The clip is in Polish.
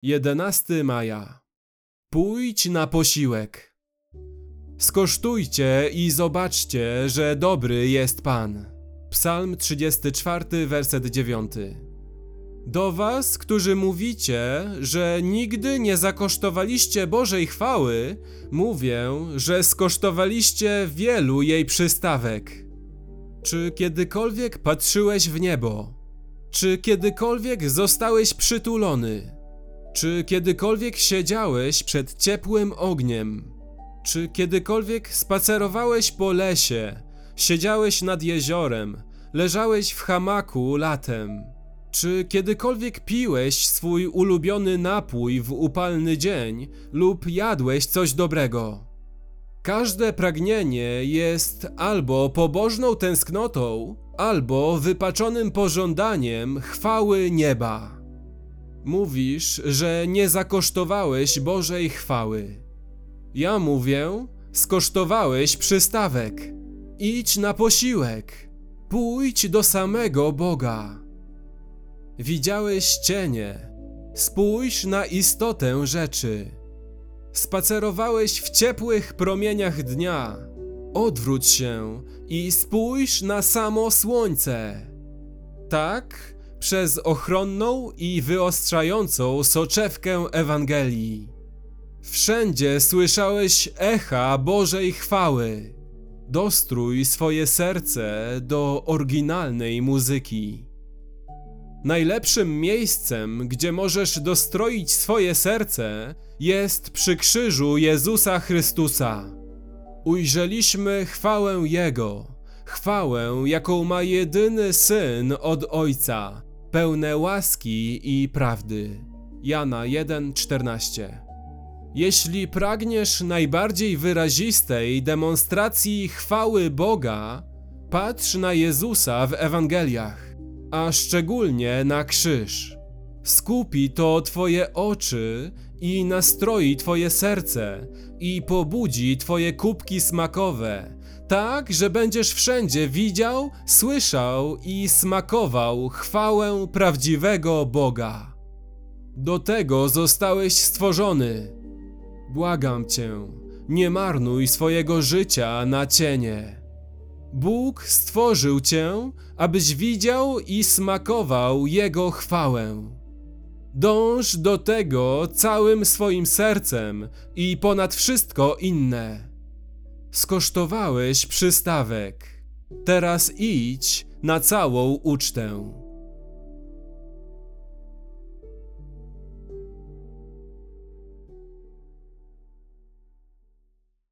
11 maja. Pójdź na posiłek. Skosztujcie i zobaczcie, że dobry jest Pan. Psalm 34, werset 9. Do was, którzy mówicie, że nigdy nie zakosztowaliście Bożej chwały, mówię, że skosztowaliście wielu jej przystawek. Czy kiedykolwiek patrzyłeś w niebo? Czy kiedykolwiek zostałeś przytulony? Czy kiedykolwiek siedziałeś przed ciepłym ogniem? Czy kiedykolwiek spacerowałeś po lesie, siedziałeś nad jeziorem, leżałeś w hamaku latem? Czy kiedykolwiek piłeś swój ulubiony napój w upalny dzień lub jadłeś coś dobrego? Każde pragnienie jest albo pobożną tęsknotą, albo wypaczonym pożądaniem chwały nieba. Mówisz, że nie zakosztowałeś Bożej chwały. Ja mówię, skosztowałeś przystawek. Idź na posiłek. Pójdź do samego Boga. Widziałeś cienie. Spójrz na istotę rzeczy. Spacerowałeś w ciepłych promieniach dnia. Odwróć się i spójrz na samo słońce. Tak, przez ochronną i wyostrzającą soczewkę Ewangelii. Wszędzie słyszałeś echa Bożej chwały. Dostrój swoje serce do oryginalnej muzyki. Najlepszym miejscem, gdzie możesz dostroić swoje serce, jest przy krzyżu Jezusa Chrystusa. Ujrzeliśmy chwałę Jego, chwałę, jaką ma jedyny Syn od Ojca, pełne łaski i prawdy. Jana 1,14. Jeśli pragniesz najbardziej wyrazistej demonstracji chwały Boga, patrz na Jezusa w Ewangeliach, a szczególnie na krzyż. Skupi to twoje oczy i nastroi twoje serce i pobudzi twoje kubki smakowe, tak, że będziesz wszędzie widział, słyszał i smakował chwałę prawdziwego Boga. Do tego zostałeś stworzony. Błagam cię, nie marnuj swojego życia na cienie. Bóg stworzył cię, abyś widział i smakował Jego chwałę. Dąż do tego całym swoim sercem i ponad wszystko inne. Skosztowałeś przystawek. Teraz idź na całą ucztę.